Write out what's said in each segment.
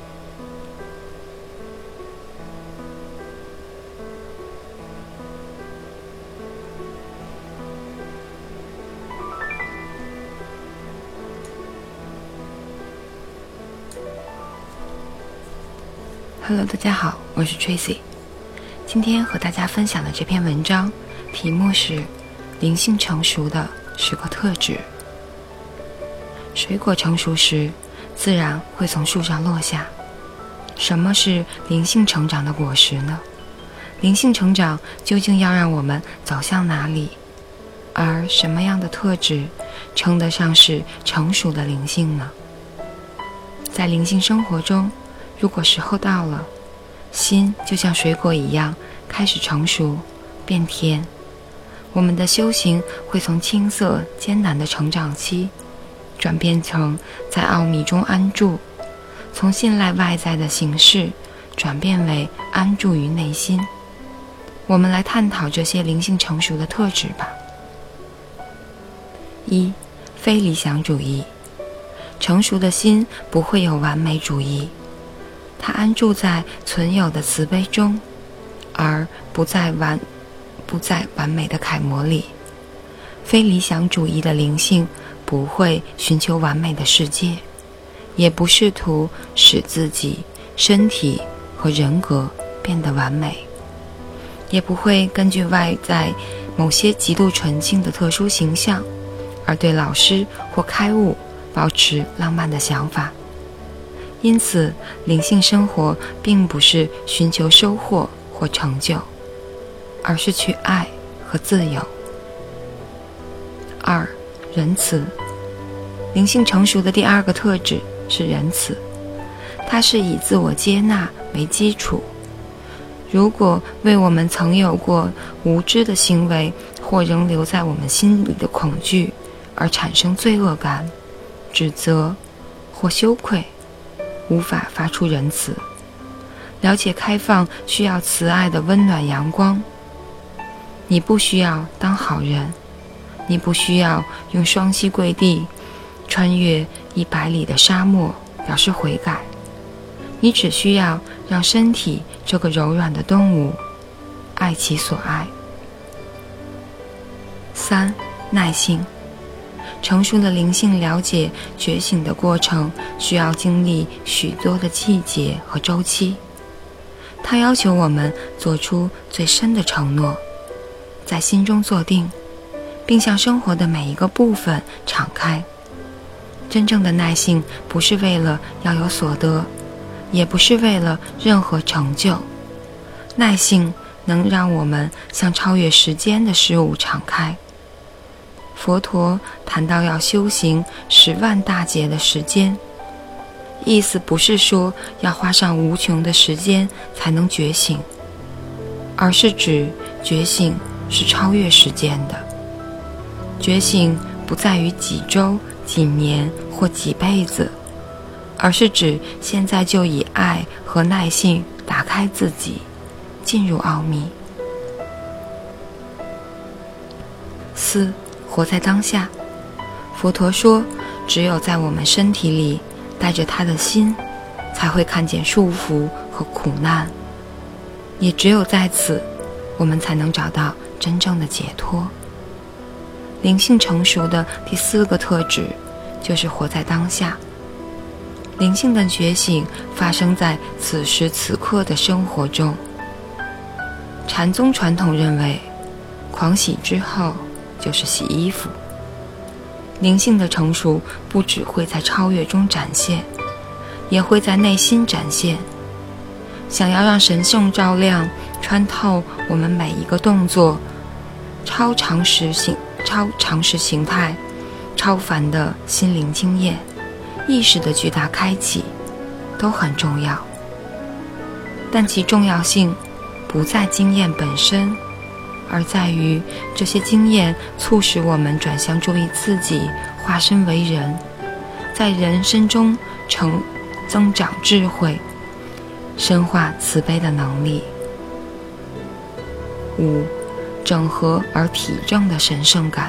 Hello， 大家好，我是 Tracy。今天和大家分享的这篇文章，题目是灵性成熟的10个特质。水果成熟时，自然会从树上落下。什么是灵性成长的果实呢？灵性成长究竟要让我们走向哪里？而什么样的特质称得上是成熟的灵性呢？在灵性生活中，如果时候到了，心就像水果一样开始成熟变甜，我们的修行会从青涩艰难的成长期转变成在奥秘中安住，从信赖外在的形式转变为安住于内心。我们来探讨这些灵性成熟的特质吧。1. 非理想主义。成熟的心不会有完美主义，它安住在存有的慈悲中，而不在完美的楷模里。非理想主义的灵性不会寻求完美的世界，也不试图使自己身体和人格变得完美，也不会根据外在某些极度纯净的特殊形象而对老师或开悟保持浪漫的想法。因此，灵性生活并不是寻求收获或成就，而是去爱和自由。2. 仁慈。灵性成熟的第2个特质是仁慈，它是以自我接纳为基础。如果为我们曾有过无知的行为或仍留在我们心里的恐惧而产生罪恶感、指责或羞愧，无法发出仁慈。了解开放需要慈爱的温暖阳光。你不需要当好人，你不需要用双膝跪地穿越100里的沙漠表示悔改，你只需要让身体这个柔软的动物爱其所爱。3. 耐性。成熟的灵性了解觉醒的过程需要经历许多的季节和周期，它要求我们做出最深的承诺，在心中坐定，并向生活的每一个部分敞开。真正的耐性不是为了要有所得，也不是为了任何成就。耐性能让我们向超越时间的事物敞开。佛陀谈到要修行10万大劫的时间，意思不是说要花上无穷的时间才能觉醒，而是指觉醒是超越时间的。觉醒不在于几周、几年或几辈子，而是指现在就以爱和耐性打开自己，进入奥秘。4. 活在当下。佛陀说，只有在我们身体里带着他的心，才会看见束缚和苦难，也只有在此，我们才能找到真正的解脱。灵性成熟的第4个特质就是活在当下。灵性的觉醒发生在此时此刻的生活中。禅宗传统认为，狂喜之后就是洗衣服。灵性的成熟不只会在超越中展现，也会在内心展现。想要让神圣照亮穿透我们每一个动作，超常识形态，超凡的心灵经验，意识的巨大开启，都很重要。但其重要性不在经验本身，而在于这些经验促使我们转向注意自己化身为人，在人身中增长智慧，深化慈悲的能力。5. 整合而体证的神圣感。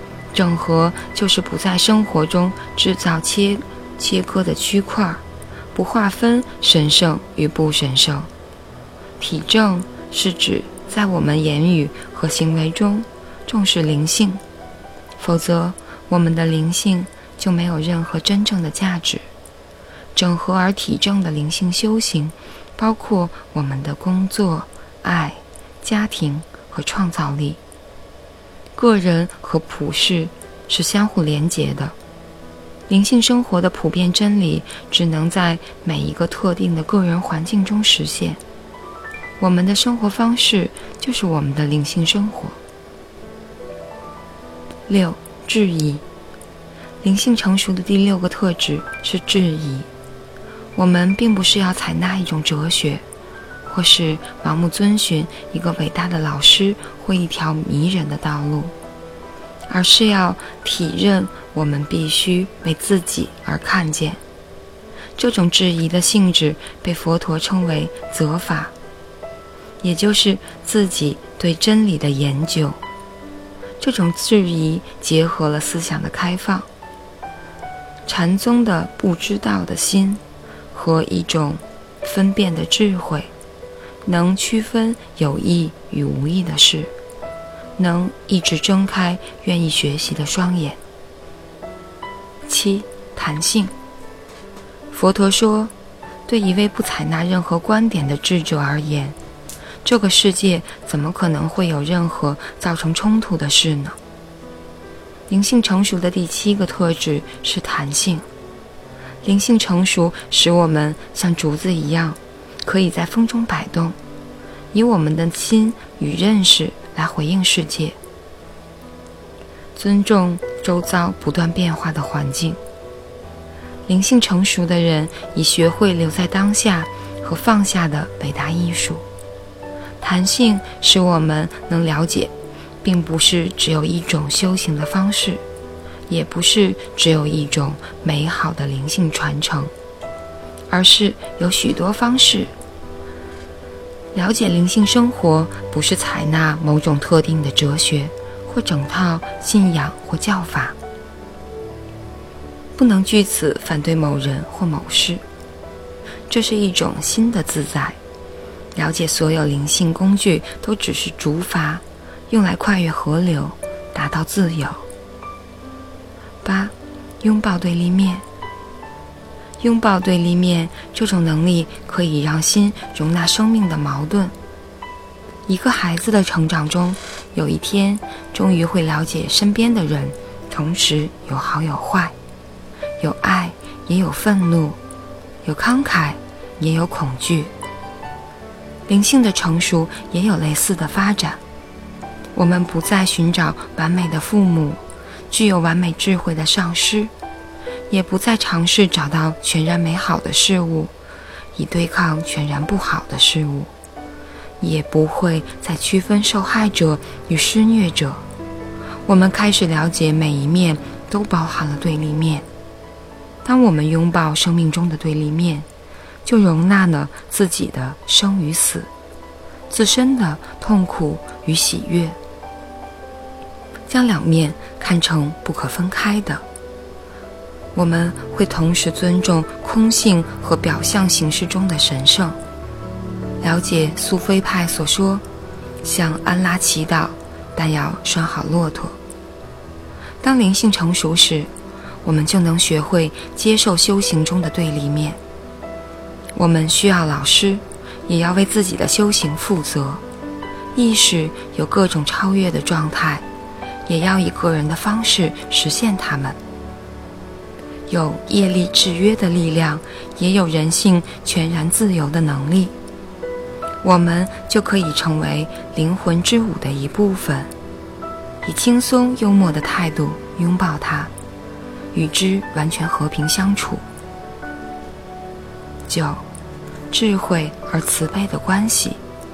整合就是不在生活中制造切割的区块， 不划分神圣与不神圣。体正是指在我们言语和行为中重视灵性，否则我们的灵性就没有任何真正的价值。整合而体正的灵性修行，包括我们的工作、爱、家庭和创造力。个人和普世是相互连结的。灵性生活的普遍真理只能在每一个特定的个人环境中实现。我们的生活方式就是我们的灵性生活。6. 质疑。灵性成熟的第6个特质是质疑。我们并不是要采纳一种哲学，或是盲目遵循一个伟大的老师或一条迷人的道路，而是要体认我们必须为自己而看见。这种质疑的性质被佛陀称为责法，也就是自己对真理的研究。这种质疑结合了思想的开放、禅宗的不知道的心和一种分辨的智慧，能区分有意与无意的事，能一直睁开愿意学习的双眼。7. 弹性。佛陀说，对一位不采纳任何观点的智者而言，这个世界怎么可能会有任何造成冲突的事呢？灵性成熟的第7个特质是弹性。灵性成熟使我们像竹子一样，可以在风中摆动，以我们的心与认识来回应世界，尊重周遭不断变化的环境。灵性成熟的人已学会留在当下和放下的伟大艺术。弹性使我们能了解，并不是只有一种修行的方式，也不是只有一种美好的灵性传承，而是有许多方式。了解灵性生活不是采纳某种特定的哲学或整套信仰或教法，不能据此反对某人或某事。这是一种新的自在。了解所有灵性工具都只是竹筏，用来跨越河流，达到自由。8. 拥抱对立面。拥抱对立面这种能力可以让心容纳生命的矛盾。一个孩子的成长中，有一天终于会了解身边的人同时有好有坏，有爱也有愤怒，有慷慨也有恐惧。灵性的成熟也有类似的发展。我们不再寻找完美的父母，具有完美智慧的上师，也不再尝试找到全然美好的事物，以对抗全然不好的事物，也不会再区分受害者与施虐者。我们开始了解每一面都包含了对立面。当我们拥抱生命中的对立面，就容纳了自己的生与死，自身的痛苦与喜悦，将两面看成不可分开的。我们会同时尊重空性和表象形式中的神圣，了解苏菲派所说，向安拉祈祷，但要拴好骆驼。当灵性成熟时，我们就能学会接受修行中的对立面。我们需要老师，也要为自己的修行负责。意识有各种超越的状态，也要以个人的方式实现它们。有业力制约的力量，也有人性全然自由的能力。我们就可以成为灵魂之舞的一部分，以轻松幽默的态度拥抱它，与之完全和平相处。9. 智慧而慈悲的关系。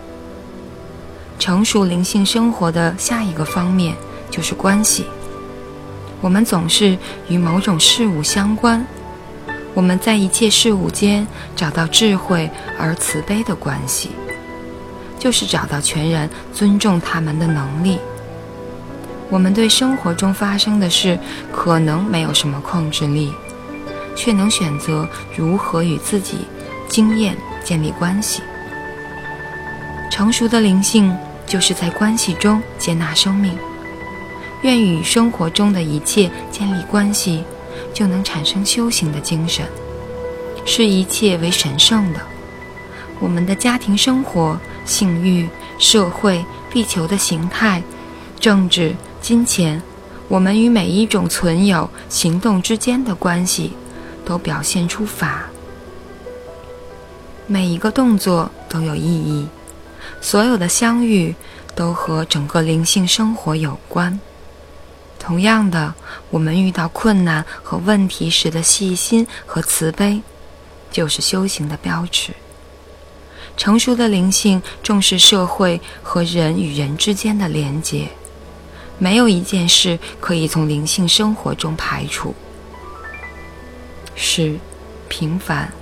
成熟灵性生活的下一个方面就是关系。我们总是与某种事物相关，我们在一切事物间找到智慧而慈悲的关系，就是找到全然尊重他们的能力。我们对生活中发生的事可能没有什么控制力， 却能选择如何与自己经验建立关系。成熟的灵性就是在关系中接纳生命，愿与生活中的一切建立关系，就能产生修行的精神，视一切为神圣的。我们的家庭生活、性欲、社会、地球的形态、政治、金钱，我们与每一种存有、行动之间的关系，都表现出法。每一个动作都有意义，所有的相遇都和整个灵性生活有关。同样的，我们遇到困难和问题时的细心和慈悲，就是修行的标志。成熟的灵性重视社会和人与人之间的连结，没有一件事可以从灵性生活中排除。是平凡。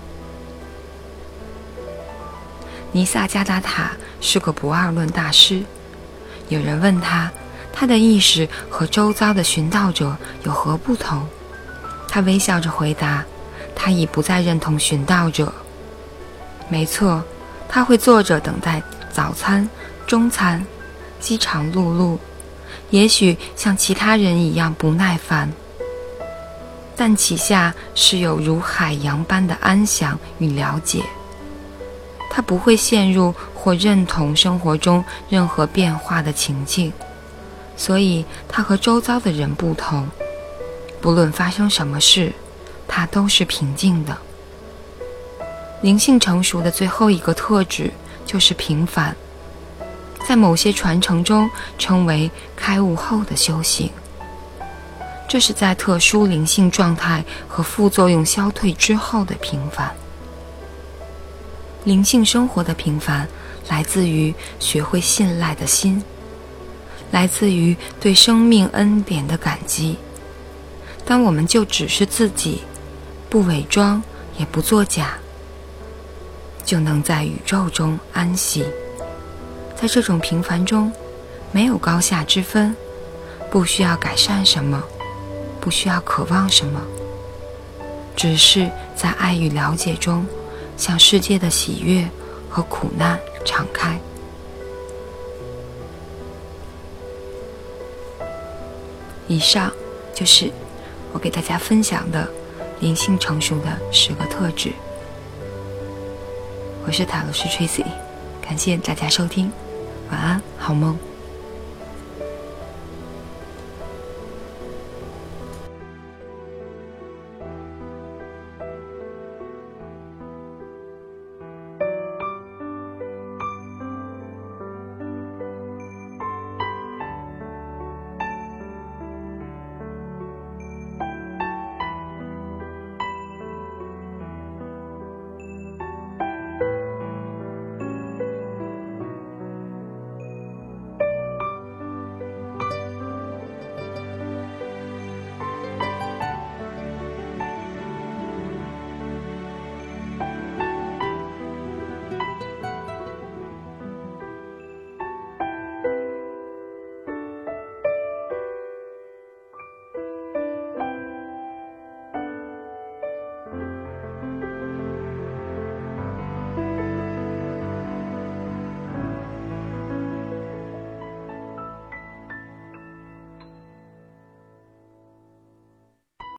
尼萨加达塔是个不二论大师，有人问他，他的意识和周遭的寻道者有何不同？他微笑着回答，他已不再认同寻道者。没错，他会坐着等待早餐、中餐，饥肠辘辘，也许像其他人一样不耐烦，但其下是有如海洋般的安详与了解。他不会陷入或认同生活中任何变化的情境，所以他和周遭的人不同。不论发生什么事，他都是平静的。灵性成熟的最后一个特质就是平凡，在某些传承中称为开悟后的修行。这是在特殊灵性状态和副作用消退之后的平凡。灵性生活的平凡来自于学会信赖的心，来自于对生命恩典的感激。当我们就只是自己，不伪装也不作假，就能在宇宙中安息。在这种平凡中，没有高下之分，不需要改善什么，不需要渴望什么，只是在爱与了解中向世界的喜悦和苦难敞开。以上就是我给大家分享的灵性成熟的10个特质。我是塔罗师 Tracy， 感谢大家收听，晚安，好梦。